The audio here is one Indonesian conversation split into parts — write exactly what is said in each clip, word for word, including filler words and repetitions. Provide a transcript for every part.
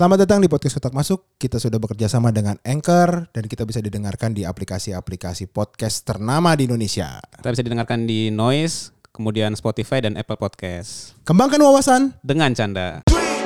Selamat datang di podcast Kotak Masuk. Kita sudah bekerja sama dengan Anchor dan kita bisa didengarkan di aplikasi-aplikasi podcast ternama di Indonesia. Kita bisa didengarkan di Noise, kemudian Spotify dan Apple Podcast. Kembangkan wawasan dengan canda.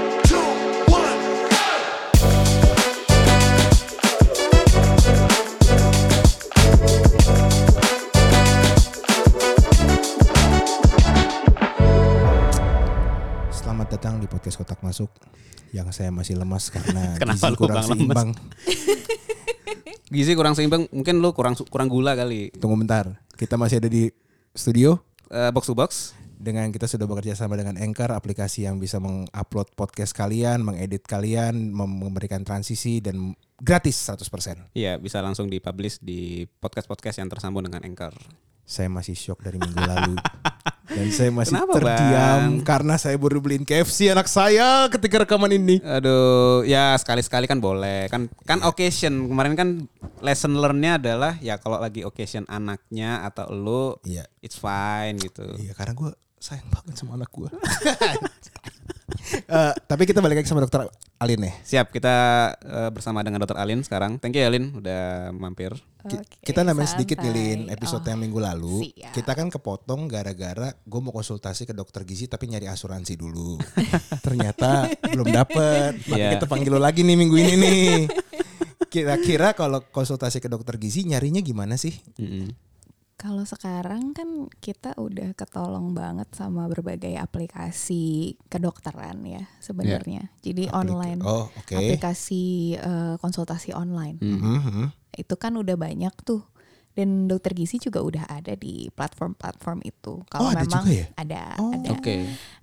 Selamat datang di podcast Kotak Masuk. Yang saya masih lemas karena Kenapa gizi kurang seimbang. Gizi kurang seimbang, mungkin lu kurang kurang gula kali. Tunggu bentar, kita masih ada di studio uh, Box to Box. Dengan kita sudah bekerja sama dengan Anchor, aplikasi yang bisa mengupload podcast kalian, mengedit kalian, memberikan transisi dan gratis seratus persen. Iya, bisa langsung dipublish di podcast-podcast yang tersambung dengan Anchor. Saya masih shock dari minggu lalu. Dan saya masih Kenapa, terdiam Bang? karena saya baru beliin K F C anak saya ketika rekaman ini. Aduh, ya sekali-sekali kan boleh. Kan kan occasion. Kemarin kan lesson learn-nya adalah ya kalau lagi occasion anaknya atau lu, Iya. it's fine gitu. Iya, karena gue sayang banget sama anak gue. uh, tapi kita balik lagi sama dokter Alin nih. Siap, kita uh, bersama dengan dokter Alin sekarang. Thank you Alin udah mampir. Ki- Oke, kita namanya santai. sedikit nih Lin, episode Oh, yang minggu lalu. siap. Kita kan kepotong gara-gara gue mau konsultasi ke dokter gizi tapi nyari asuransi dulu. Ternyata belum dapet. Makanya Iya. kita panggil lo lagi nih minggu ini nih. Kira-kira kalau konsultasi ke dokter gizi nyarinya gimana sih? Mm-mm. Kalau sekarang kan kita udah ketolong banget sama berbagai aplikasi kedokteran ya sebenarnya. Jadi Aplik- online, Oh, oke. aplikasi eh, konsultasi online. Mhm. Itu kan udah banyak tuh. Dan dokter gizi juga udah ada di platform-platform itu. Oh, Kalau ada memang juga ya? ada, Oh, ada. Oke.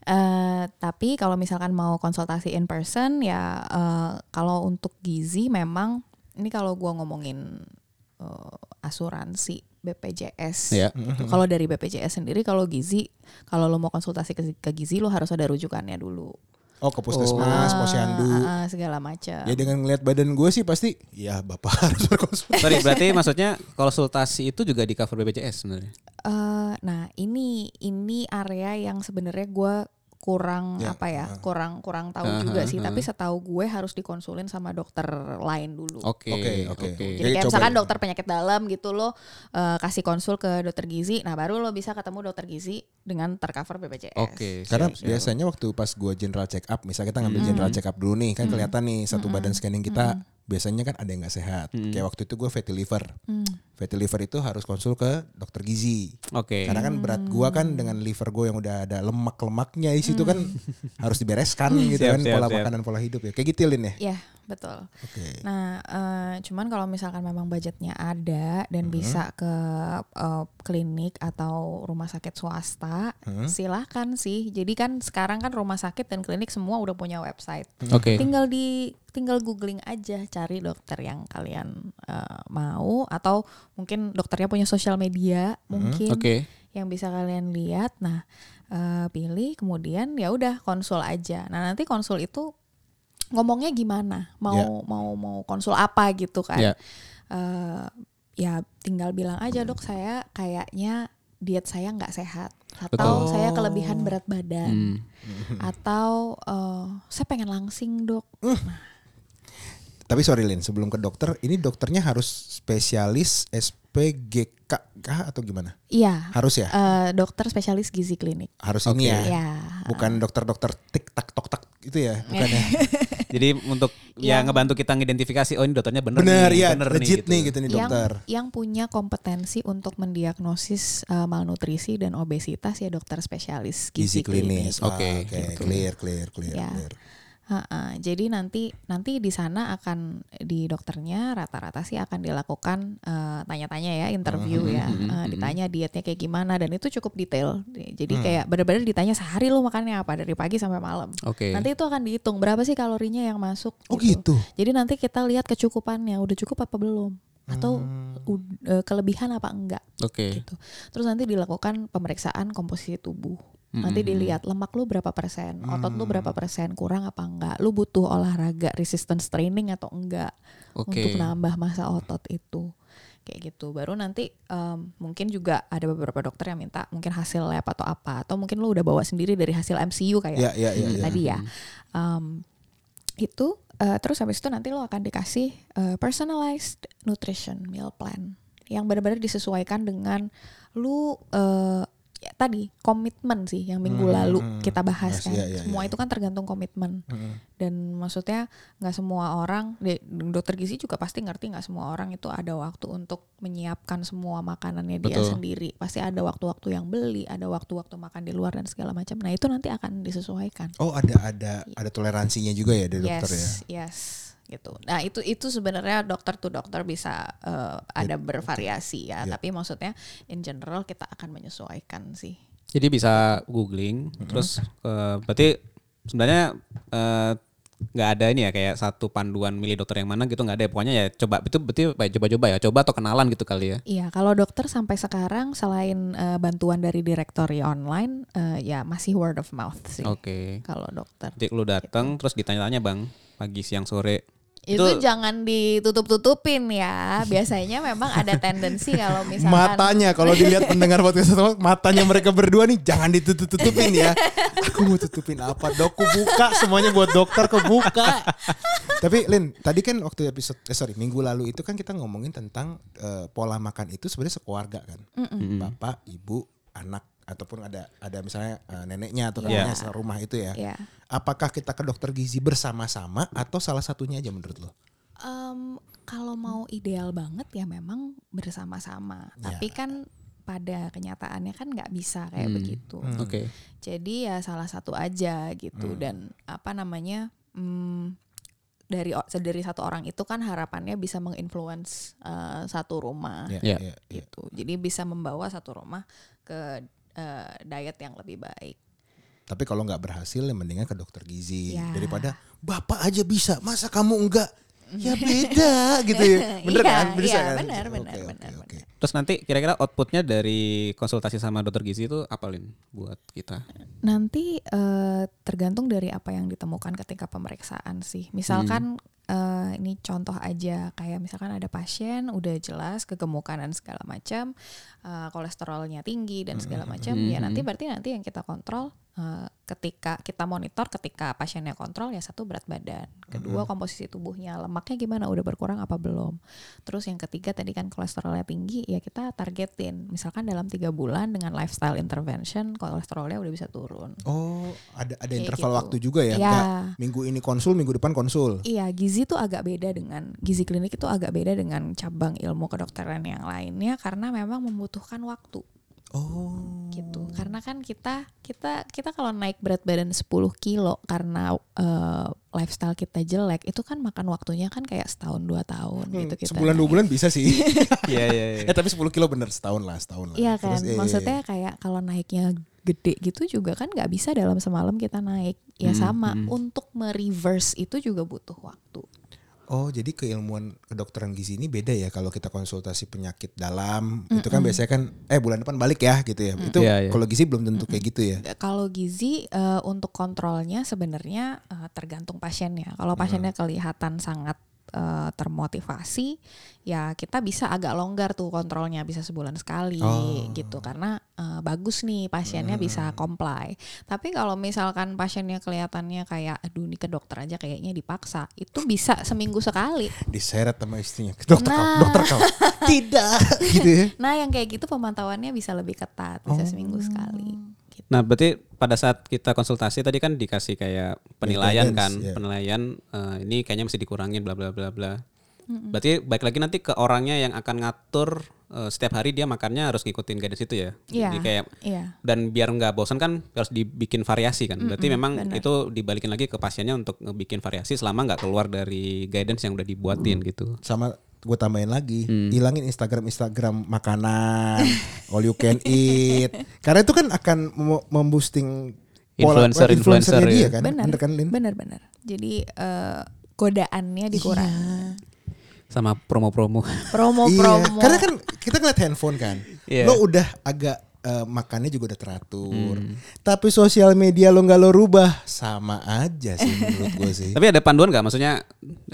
Eh, tapi kalau misalkan mau konsultasi in person ya eh, kalau untuk gizi memang ini kalau gua ngomongin eh, asuransi B P J S Ya. gitu. Kalau dari B P J S sendiri kalau gizi kalau lo mau konsultasi ke, ke gizi lo harus ada rujukannya dulu. Oh, ke puskesmas, Ah, posyandu. ah, ah, segala macam. Ya dengan ngeliat badan gue sih pasti, ya bapak harus berkonsultasi. Sorry, berarti maksudnya konsultasi itu juga di cover B P J S sebenarnya. Eh, nah ini ini area yang sebenarnya gue kurang Ya, apa ya uh. kurang kurang tahu Uh, juga uh, sih. uh. Tapi setahu gue harus dikonsulin sama dokter lain dulu. Oke, Oke, oke. oke. Jadi, Jadi kayak coba misalkan ya. dokter penyakit dalam gitu lo uh, kasih konsul ke dokter gizi, nah baru lo bisa ketemu dokter gizi dengan tercover B P J S. Oke. Karena siap, siap. biasanya waktu pas gue general check up, misalnya kita ngambil Hmm. general check up dulu nih, kan Hmm. kelihatan nih satu Hmm. badan scanning kita biasanya kan ada yang nggak sehat. Hmm. Kayak waktu itu gue fatty liver. Hmm. Fatty liver itu harus konsul ke dokter gizi. Oke. Karena kan berat gue kan dengan liver gue yang udah ada lemak-lemaknya di situ kan harus dibereskan gitu Siap, kan, siap, pola siap. makanan, pola hidup ya. Kayak gitu Lin ya. Ya betul. Oke. Nah, eh, cuman kalau misalkan memang budgetnya ada dan Hmm. bisa ke eh, klinik atau rumah sakit swasta, Hmm. silahkan sih. Jadi kan sekarang kan rumah sakit dan klinik semua udah punya website. Oke. Tinggal di tinggal googling aja, cari dokter yang kalian eh, mau atau mungkin dokternya punya sosial media mungkin Oke. yang bisa kalian lihat. Nah, eh, pilih kemudian ya udah konsul aja. Nah, nanti konsul itu ngomongnya gimana? Mau Ya. mau mau konsul apa gitu kan? Ya. Eh, ya tinggal bilang aja, "Dok, saya kayaknya diet saya nggak sehat atau Betul. saya kelebihan berat badan." Hmm. Atau eh, saya pengen langsing, Dok. Tapi sorry Lin, sebelum ke dokter, ini dokternya harus spesialis S P G K kah atau gimana? Iya. Harus ya? eh, dokter spesialis gizi klinik. Harus Oke. ini ya. Ya. Bukan dokter-dokter tik tak tok tak itu ya, bukan ya. Jadi untuk ya Yang- ngebantu kita ngidentifikasi, oh ini dokternya bener, Bener nih, ya, bener legit nih gitu nih yang dokter. yang punya kompetensi untuk mendiagnosis eh, malnutrisi dan obesitas ya dokter spesialis Gizi gizi, klinis. klinik. Oke, Oke, gitu. clear, clear, clear, Ya. clear. Ha-ha. Jadi nanti nanti di sana akan di dokternya rata-rata sih akan dilakukan eh, tanya-tanya ya, interview Mhm, ya, mhm, Eh, mhm. ditanya dietnya kayak gimana dan itu cukup detail. Jadi Hmm. kayak benar-benar ditanya sehari lo makannya apa dari pagi sampai malam. Oke. Nanti itu akan dihitung berapa sih kalorinya yang masuk. Oh gitu. Jadi nanti kita lihat kecukupannya udah cukup apa belum atau Hmm. ud- eh, kelebihan apa enggak Oke. gitu. Terus nanti dilakukan pemeriksaan komposisi tubuh. Nanti Mm-mm. dilihat lemak lu berapa persen, otot lu Hmm. berapa persen, kurang apa enggak. Lu butuh olahraga resistance training atau enggak Oke. untuk nambah massa otot itu. Kayak gitu. Baru nanti em, mungkin juga ada beberapa dokter yang minta mungkin hasil lab atau apa. Atau mungkin lu udah bawa sendiri dari hasil M C U kayak Ya, ya, ya, ya. tadi ya. Em, itu uh, terus habis itu nanti lo akan dikasih uh, personalized nutrition meal plan yang benar-benar disesuaikan dengan lu uh, ya, tadi komitmen sih yang minggu Hmm, lalu hmm, kita bahas yes, kan. iya, iya, Semua iya. itu kan tergantung komitmen. Mm-mm. Dan maksudnya nggak semua orang, de- dokter gizi juga pasti ngerti nggak semua orang itu ada waktu untuk menyiapkan semua makanannya dia Betul. sendiri. Pasti ada waktu-waktu yang beli, ada waktu-waktu makan di luar dan segala macam. Nah itu nanti akan disesuaikan. Oh ada ada ada toleransinya juga ya dari dokter ya. Yes, yes, gitu. Nah itu itu sebenarnya dokter to dokter bisa uh, ada bervariasi ya. Yeah. Tapi maksudnya in general kita akan menyesuaikan sih. Jadi bisa googling, terus eh, berarti sebenarnya eh, nggak ada ini ya kayak satu panduan milih dokter yang mana gitu nggak ada ya. Pokoknya ya coba itu berarti kayak coba-coba ya, coba atau kenalan gitu kali ya. Iya, kalau dokter sampai sekarang selain uh, bantuan dari direktori online, uh, ya masih word of mouth sih. Oke. Kalau dokter. Jadi lu datang terus ditanya-tanya bang, pagi siang sore. Itu, jangan ditutup-tutupin ya. Biasanya memang ada tendensi kalau misalkan Matanya kalau dilihat pendengar podcast itu, matanya mereka berdua nih jangan ditutup-tutupin ya. Aku mau tutupin apa? Dok, ku buka semuanya buat dokter, kebuka. Tapi Lin, tadi kan waktu episode eh sorry minggu lalu itu kan kita ngomongin tentang uh, pola makan itu sebenarnya sekeluarga kan. Mm-mm. Bapak, ibu, anak ataupun ada ada misalnya uh, neneknya atau Iya. kakaknya serumah itu ya. ya. Apakah kita ke dokter gizi bersama-sama atau salah satunya aja menurut lo? Um, kalau mau ideal banget ya memang bersama-sama. Ya. Tapi kan pada kenyataannya kan nggak bisa kayak Hmm. begitu. Hmm. Oke. Jadi ya salah satu aja gitu. Hmm. Dan apa namanya hmm, dari o- dari satu orang itu kan harapannya bisa menginfluence uh, satu rumah Ya, Ya. ya, ya. gitu. Jadi bisa membawa satu rumah ke uh, diet yang lebih baik. Tapi kalau nggak berhasil ya mendingan ke dokter gizi Ya. daripada bapak aja bisa, masa kamu enggak? Ya beda gitu ya. Bener Iya, kan? Bisa iya, kan? benar, Oke, benar, oke, benar, oke. Terus nanti kira-kira outputnya dari konsultasi sama dokter gizi itu apa Lin buat kita? Nanti eh, tergantung dari apa yang ditemukan ketika pemeriksaan sih. Misalkan eh, ini contoh aja kayak misalkan ada pasien udah jelas kegemukan dan segala macam, eh, kolesterolnya tinggi dan segala macam, ya Mhm. nanti berarti nanti yang kita kontrol eh, ketika kita monitor ketika pasiennya kontrol ya satu berat badan, kedua komposisi tubuhnya, lemaknya gimana udah berkurang apa belum. Terus yang ketiga tadi kan kolesterolnya tinggi ya kita targetin misalkan dalam tiga bulan dengan lifestyle intervention kolesterolnya udah bisa turun. Oh, ada ada Kayak interval gitu. waktu juga ya? Iya. Nggak minggu ini konsul, minggu depan konsul. Iya, gizi tuh agak beda dengan gizi klinik itu agak beda dengan cabang ilmu kedokteran yang lainnya karena memang membutuhkan waktu Oh. gitu. Karena kan kita kita kita kalau naik berat badan sepuluh kilo karena eh, lifestyle kita jelek itu kan makan waktunya kan kayak setahun dua tahun Hmm, gitu kita. sebulan dua naik. bulan bisa sih. Iya iya iya. eh tapi sepuluh kilo bener setahun lah, setahun lah. Iya kan, Terus, eh, maksudnya kayak kalau naiknya gede gitu juga kan nggak bisa dalam semalam kita naik. Ya Hmm, sama, hmm. untuk mereverse itu juga butuh waktu. Oh, jadi keilmuan kedokteran gizi ini beda ya kalau kita konsultasi penyakit dalam, itu kan biasanya kan eh bulan depan balik ya gitu ya. Itu Iya, iya. kalau gizi belum tentu kayak gitu ya. Kalau gizi eh, untuk kontrolnya sebenarnya eh, tergantung pasiennya. Kalau pasiennya kelihatan sangat eh, termotivasi, ya kita bisa agak longgar tuh kontrolnya, bisa sebulan sekali Oh. gitu karena eh, bagus nih pasiennya bisa comply. Tapi kalau misalkan pasiennya kelihatannya kayak aduh ini ke dokter aja kayaknya dipaksa, itu bisa seminggu sekali. Diseret sama istrinya. Dokter kau, Nah. dokter kau. Tidak gitu ya. Nah yang kayak gitu pemantauannya bisa lebih ketat, bisa seminggu sekali. Gitu. Nah berarti pada saat kita konsultasi tadi kan dikasih kayak penilaian guidance, kan, ya. penilaian eh, ini kayaknya mesti dikurangin bla bla bla bla. Berarti baik lagi nanti ke orangnya yang akan ngatur eh, setiap hari dia makannya harus ngikutin guidance itu ya. Iya. Jadi kayak Iya. dan biar nggak bosan kan harus dibikin variasi kan. Berarti Mm-mm, memang benar. itu dibalikin lagi ke pasiennya untuk ngebikin variasi selama nggak keluar dari guidance yang udah dibuatin gitu. Sama gue tambahin lagi, Hmm. hilangin Instagram Instagram makanan, all you can eat. Karena itu kan akan mem- memboosting pola- Influencer- influencernya influencer dia ya. kan. Benar, Bener kan Lin? benar-benar. Jadi eh, godaannya dikurangi. Sama promo-promo. Promo-promo. Iya, karena kan kita ngeliat handphone kan, Iya. lo udah agak eh, makannya juga udah teratur, Hmm. tapi sosial media lo nggak lo rubah, sama aja sih menurut gue sih. Tapi ada panduan nggak? Maksudnya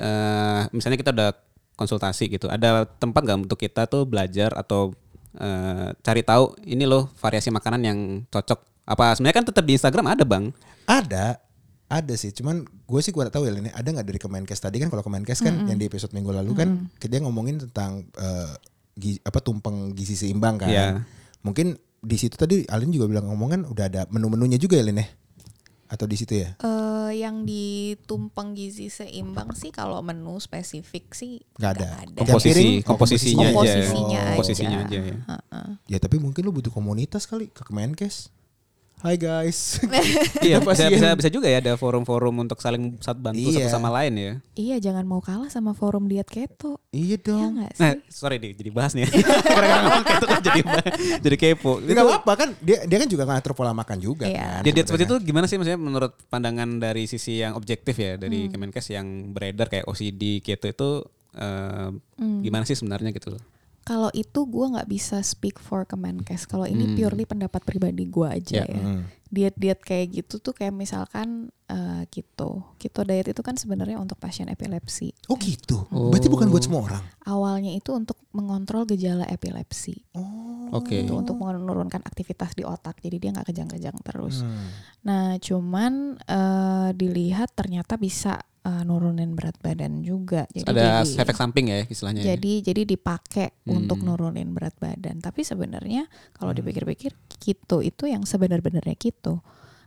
eh, misalnya kita udah konsultasi gitu, ada tempat nggak untuk kita tuh belajar atau eh, cari tahu ini loh variasi makanan yang cocok? Apa sebenarnya kan tetap di Instagram ada bang? Ada, Ada sih, cuman gue sih gue gak tahu ya Lin, ada nggak dari Kemenkes tadi kan? Kalau Kemenkes kan Mm-mm. yang di episode minggu lalu kan dia ngomongin tentang uh, gizi, apa tumpeng gizi seimbang kan. Iya. Mungkin di situ tadi Alin juga bilang ngomong kan udah ada menu-menunya juga ya Lin ya? Atau di situ ya? Eh, yang di tumpeng gizi seimbang sih kalau menu spesifik sih Nggak ada. nggak ada. Komposisi, piring, oh, komposisinya aja. Komposisinya aja. Komposisinya aja ya. Heeh. Ya tapi mungkin lu butuh komunitas kali ke Kemenkes. Hai guys. Iya, Apa bisa, sih bisa yang- bisa juga ya ada forum-forum untuk saling saat bantu Iya. satu sama lain ya. Iya, jangan mau kalah sama forum diet keto. Iya Ya dong. nggak Nah, sih? sorry deh, jadi bahas nih. Gara-gara ngomong kayak itu kan jadi jadi kepo. Enggak apa-apa kan dia dia kan juga ngatur pola makan juga Iya. kan. Dia diet seperti itu sebenarnya. gimana sih maksudnya menurut pandangan dari sisi yang objektif ya dari Hmm. Kemenkes yang beredar kayak O C D keto itu eh, Hmm. gimana sih sebenarnya gitu loh? Kalau itu gue nggak bisa speak for Kemenkes. Kalau ini Hmm. purely pendapat pribadi gue aja Ya. ya. Hmm. Diet-diet kayak gitu tuh kayak misalkan eh, keto. Keto diet itu kan sebenarnya untuk pasien epilepsi. Oh gitu. Oh. Berarti bukan buat semua orang. Awalnya itu untuk mengontrol gejala epilepsi. Oh. Oke. Itu untuk menurunkan aktivitas di otak. Jadi dia nggak kejang-kejang terus. Hmm. Nah, cuman eh, dilihat ternyata bisa eh, nurunin berat badan juga. Jadi Ada jadi, efek samping ya istilahnya. ya? jadi jadi dipakai Hmm. untuk nurunin berat badan. Tapi sebenarnya kalau dipikir-pikir keto itu yang sebenar-benarnya keto.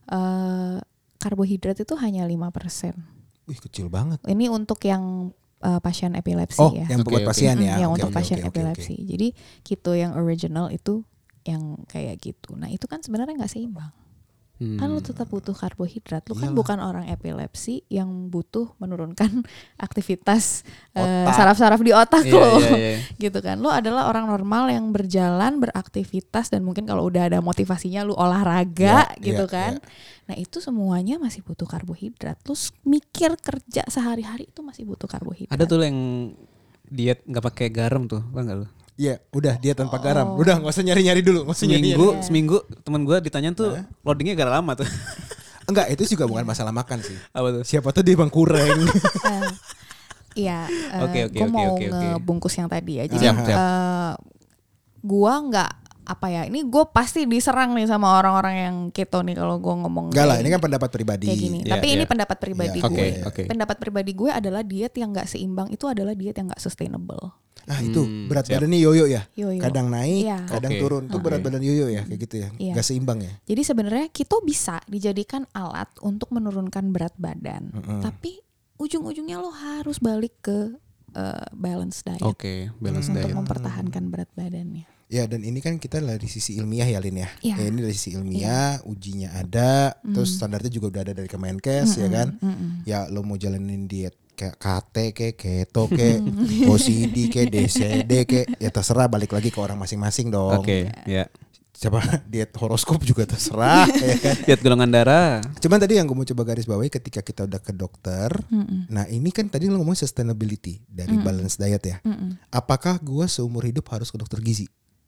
Eh, karbohidrat itu hanya lima persen. Wih kecil banget. Ini untuk yang eh, pasien epilepsi Oh, ya. yang Oke, buat oke. pasien Mm, ya. yang Oke, untuk oke, pasien oke, oke, epilepsi. oke. Jadi keto yang original itu yang kayak gitu. Nah, itu kan sebenarnya nggak seimbang. Hmm. Kan lu tetap butuh karbohidrat. Lu kan Iyalah. bukan orang epilepsi yang butuh menurunkan aktivitas eh, Otak. saraf-saraf di otak Iya, lo. iya, iya. Gitu kan. Lu adalah orang normal yang berjalan, beraktivitas dan mungkin kalau udah ada motivasinya lu olahraga Iya, gitu iya, kan. Nah, itu semuanya masih butuh karbohidrat. Terus mikir kerja sehari-hari itu masih butuh karbohidrat. Ada tuh yang diet nggak pakai garam tuh, tau nggak lu? Iya, udah dia tanpa Oh. garam. Udah nggak usah nyari-nyari dulu, nggak usah nyari-nyari. Seminggu, Iya. seminggu teman gue ditanya tuh loadingnya gara lama tuh. Enggak, itu juga bukan masalah makan sih. Apa tuh? Siapa tuh dia bang kurang. Eh, Iya, eh, Oke, oke, gue oke, mau oke, oke. ngebungkus yang tadi ya. Jadi Siap, siap. eh, gua nggak apa ya? Ini gue pasti diserang nih sama orang-orang yang keto nih kalau gue ngomong. Enggak lah, kayak- ini kan pendapat pribadi. kayak gini. Iya, Tapi ini iya. pendapat pribadi Iya, gue. oke, oke. Pendapat pribadi gue adalah diet yang nggak seimbang itu adalah diet yang nggak sustainable. Ah itu Hmm, berat siap. badannya yoyo ya. Yoyo. Kadang naik, Iya. kadang Oke, turun. Itu oke. berat badan yoyo ya, kayak gitu ya. Iya. Gak seimbang ya. Jadi sebenarnya keto bisa dijadikan alat untuk menurunkan berat badan. Mm-mm. Tapi ujung-ujungnya lo harus balik ke eh, balance diet Oke, balance untuk diet. mempertahankan berat badannya. Ya dan ini kan kita dari sisi ilmiah ya Lin ya. Iya. Ya, ini dari sisi ilmiah, ujinya ada, terus standarnya juga udah ada dari Kemenkes ya kan. Mm-mm. Ya lo mau jalanin diet kayak K T kayak keto kayak O C D kayak D C D kayak ya terserah, balik lagi ke orang masing-masing dong. Oke, ya. Coba diet horoskop juga terserah ya kan. Diet golongan darah. Cuman tadi yang gue mau coba garis bawahi ketika kita udah ke dokter. Mm-mm. Nah ini kan tadi lo ngomong sustainability dari balance diet ya. Mm-mm. Apakah gue seumur hidup harus ke dokter gizi?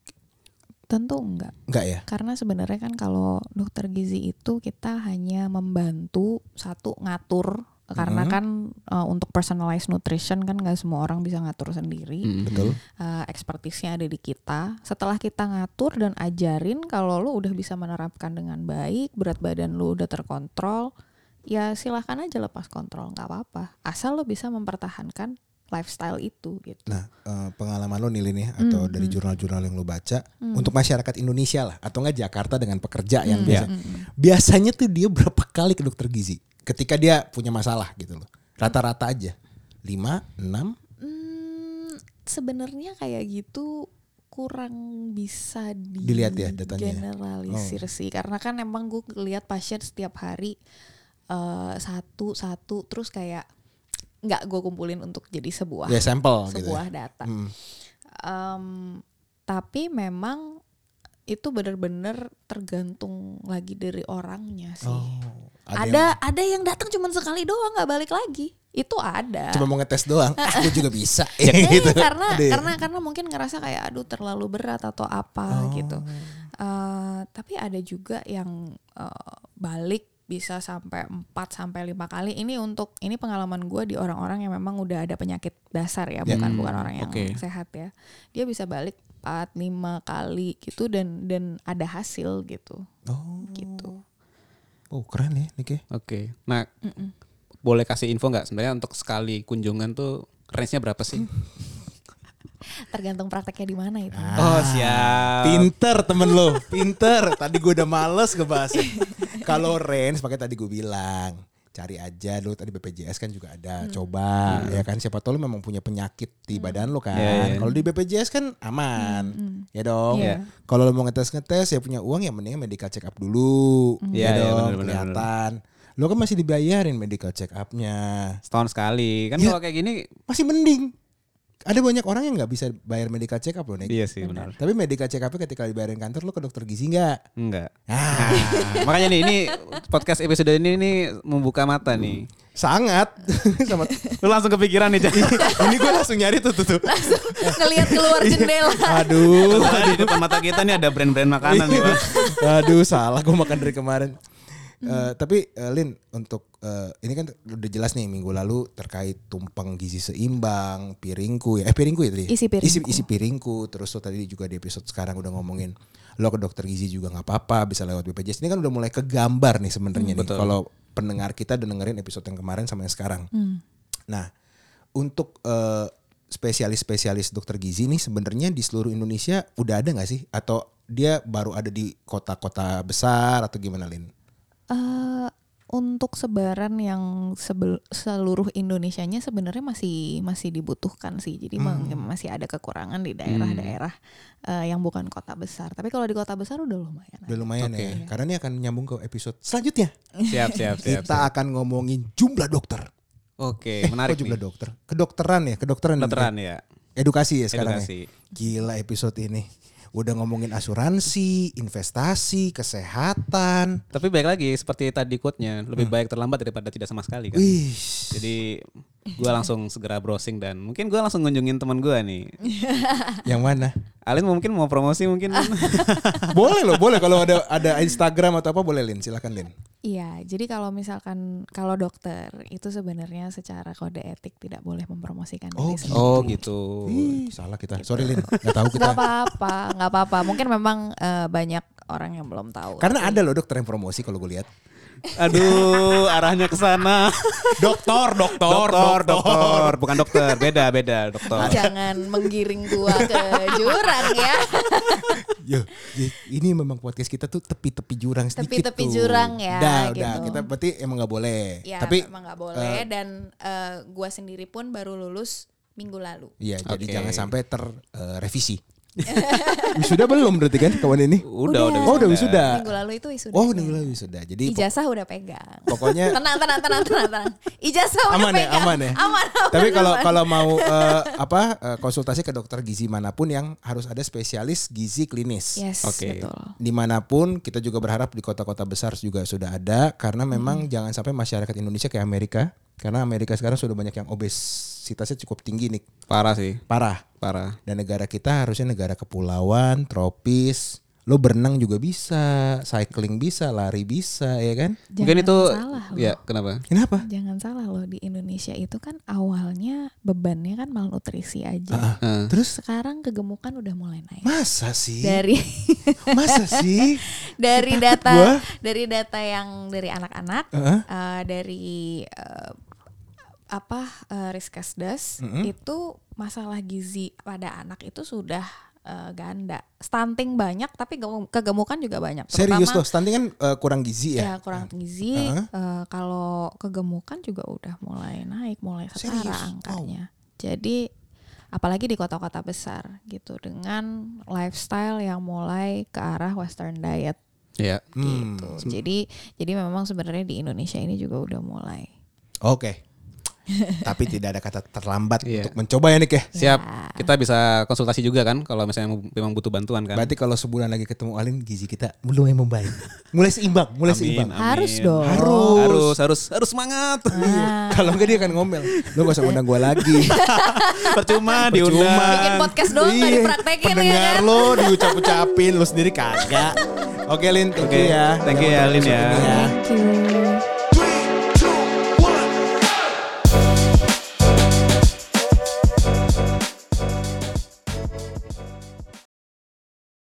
Tentu enggak. Enggak ya? Karena sebenarnya kan kalau dokter gizi itu kita hanya membantu satu ngatur, karena kan uh, untuk personalized nutrition kan nggak semua orang bisa ngatur sendiri. Mm. Betul. Uh, expertise-nya ada di kita. Setelah kita ngatur dan ajarin kalau lo udah bisa menerapkan dengan baik, berat badan lo udah terkontrol, ya silahkan aja lepas kontrol, nggak apa-apa. Asal lo bisa mempertahankan lifestyle itu gitu. Nah eh, pengalaman lo nih Lin ya, atau Mm, dari jurnal-jurnal yang lo baca untuk masyarakat Indonesia lah, atau enggak Jakarta dengan pekerja yang Mm, biasa. mm, mm. Biasanya tuh dia berapa kali ke dokter gizi ketika dia punya masalah gitu loh. Rata-rata aja lima, enam. Hmm, sebenarnya kayak gitu kurang bisa Dilihat ya datanya. generalisir sih, karena kan emang gue lihat pasien setiap hari eh, satu satu terus kayak nggak gue kumpulin untuk jadi sebuah Ya sampel gitu. sebuah Ya. data. Hmm. Em, tapi memang itu benar-benar tergantung lagi dari orangnya sih. Oh, ada ada yang, datang cuma sekali doang nggak balik lagi. Itu ada. Cuma mau ngetes doang. Aku juga bisa. Eh, gitu. karena Ada ya? karena karena mungkin ngerasa kayak aduh terlalu berat atau apa Oh. gitu. Eh, tapi ada juga yang eh, balik bisa sampai empat sampai lima kali. Ini untuk ini pengalaman gue di orang-orang yang memang udah ada penyakit dasar ya, Ya. bukan Hmm, bukan orang yang oke. sehat ya. Dia bisa balik empat lima kali gitu dan dan ada hasil gitu. Oh. Gitu. Oh keren ya Nick ya. Oke. Nah, boleh kasih info nggak sebenarnya untuk sekali kunjungan tuh range-nya berapa sih? Tergantung prakteknya di mana itu. Oh siap. Pinter temen lo, pinter. Tadi gue udah males ngebahasnya. Kalau range, makanya tadi gue bilang cari aja dulu, tadi B P J S kan juga ada, hmm. coba hmm. ya kan, siapa tahu lu memang punya penyakit di hmm. badan lu kan. Yeah, yeah. Kalau di B P J S kan aman, hmm. ya dong. Yeah. Kalau lu mau ngetes-ngetes ya punya uang ya mending medical check up dulu, hmm. ya yeah, dong, yeah, kelihatan. Lu kan masih dibayarin medical check up-nya setahun sekali kan, ya, kalau kayak gini masih mending. Ada banyak orang yang gak bisa bayar medical check up loh Nek. Iya sih benar. Tapi medical check up-nya ketika dibayarin kantor, lu ke dokter gizi gak? Enggak. Ah. Nah, makanya nih ini podcast episode ini nih membuka mata nih. Sangat. Sama. Lu langsung kepikiran nih jadi. Ini gue langsung nyari tuh tuh. tuh. Langsung ngelihat keluar jendela. Aduh. Aduh. Di depan mata kita nih ada brand-brand makanan nih Pak. Aduh salah gue makan dari kemarin. Uh, tapi uh, Lin, untuk uh, ini kan udah jelas nih minggu lalu terkait tumpeng gizi seimbang, piringku ya, eh piringku ya tadi. Isi piringku. Isi, isi piringku. Terus tuh tadi juga di episode sekarang udah ngomongin lo ke dokter gizi juga nggak apa-apa, bisa lewat B P J S. Ini kan udah mulai kegambar nih sebenarnya hmm, nih. Kalau pendengar kita udah dengerin episode yang kemarin sama yang sekarang. Hmm. Nah, untuk uh, spesialis-spesialis dokter gizi nih sebenarnya di seluruh Indonesia udah ada nggak sih? Atau dia baru ada di kota-kota besar atau gimana Lin? Uh, untuk sebaran yang sebel, seluruh Indonesianya sebenarnya masih masih dibutuhkan sih. Jadi hmm. masih ada kekurangan di daerah-daerah hmm. uh, yang bukan kota besar. Tapi kalau di kota besar udah lumayan. Udah lumayan okay. ya. Karena ini akan nyambung ke episode selanjutnya. Siap, siap, siap. Kita siap. akan ngomongin jumlah dokter. Oke, okay, menarik eh, jumlah nih. dokter. Kedokteran ya, kedokteran. Kedokteran ya. Edukasi ya sekarang Edukasi. ya. Gila episode ini. Udah ngomongin asuransi, investasi, kesehatan. Tapi baik lagi seperti tadi quote-nya, lebih hmm. baik terlambat daripada tidak sama sekali kan. Wish. Jadi gue langsung segera browsing dan mungkin gue langsung ngunjungin teman gue nih. Yang mana? Alin mungkin mau promosi mungkin. Boleh loh, boleh kalau ada ada Instagram atau apa boleh Lin, silakan Lin. Iya, jadi kalau misalkan kalau dokter itu sebenarnya secara kode etik tidak boleh mempromosikan oh, diri sendiri. Oh gitu. Ih, salah kita. Gitu. Sorry Lin, nggak tahu kita. Gak apa-apa, nggak apa-apa. Mungkin memang uh, banyak orang yang belum tahu. Karena tapi... ada loh dokter yang promosi kalau gue lihat. Aduh, arahnya ke sana. Dokter, dokter, dokter, dokter, bukan dokter, beda, beda, dokter. Jangan menggiring gua ke jurang ya. Yo, ini memang podcast kita tuh tepi-tepi jurang sedikit tepi-tepi tuh. jurang ya. Udah, gitu. udah, kita berarti emang nggak boleh. Ya, tapi emang nggak boleh uh, dan uh, gua sendiri pun baru lulus minggu lalu. Iya, okay. jadi jangan sampai terrevisi. Uh, wisuda belum berarti kan kawan ini? Udah, udah. Oh, udah wisuda. Minggu lalu itu wisuda. Oh, minggu lalu wisuda. Jadi ijazah udah pegang. Pokoknya tenang, tenang, tenang, tenang, tenang. Ijazah udah aman pegang. Ya, aman ya, aman. aman Tapi kalau aman. kalau mau uh, apa uh, konsultasi ke dokter gizi manapun yang harus ada spesialis gizi klinis. Yes, Oke. Okay. Betul. Dimanapun kita juga berharap di kota-kota besar juga sudah ada karena memang hmm. jangan sampai masyarakat Indonesia kayak Amerika. Karena Amerika sekarang sudah banyak yang obesitasnya cukup tinggi nih. Parah sih. Parah. Parah. Dan negara kita harusnya negara kepulauan, tropis. Lo berenang juga bisa, cycling bisa, lari bisa, ya kan? Jangan Mungkin itu salah loh. Ya, kenapa? Kenapa? Jangan salah loh, di Indonesia itu kan awalnya bebannya kan malnutrisi aja. Uh, uh. Terus sekarang kegemukan udah mulai naik. Masa sih? Dari Masa sih? dari Takut data gua. dari data yang dari anak-anak, uh-huh. uh, dari uh, apa uh, Riskesdas uh-huh. itu masalah gizi pada anak itu sudah Uh, ganda, stunting banyak tapi kegemukan juga banyak. Serius loh, stunting kan uh, kurang gizi ya? Ya kurang gizi. Uh-huh. Uh, kalau kegemukan juga udah mulai naik, mulai setara Serius? angkanya. Wow. Jadi apalagi di kota-kota besar gitu dengan lifestyle yang mulai ke arah Western diet. Ya. Gitu. Hmm. Jadi jadi memang sebenarnya di Indonesia ini juga udah mulai. Oke. Okay. Tapi tidak ada kata terlambat yeah. untuk mencoba ya Nick ya. Siap. Kita bisa konsultasi juga kan kalau misalnya memang butuh bantuan kan. Berarti kalau sebulan lagi ketemu Alin, gizi kita mulai membaik. Mulai seimbang, mulai amin, seimbang. Amin. Harus dong. Harus. Harus, harus, harus semangat. Ah. Kalau enggak dia akan ngomel. Lu gak usah undang gue lagi. Percuma diundang. Bikin podcast doang gak dipraktekin ya kan. Pendengar lo diucap-ucapin, lo sendiri kagak. Oke Lin, thank you ya. Thank you ya Lin ya. Thank you.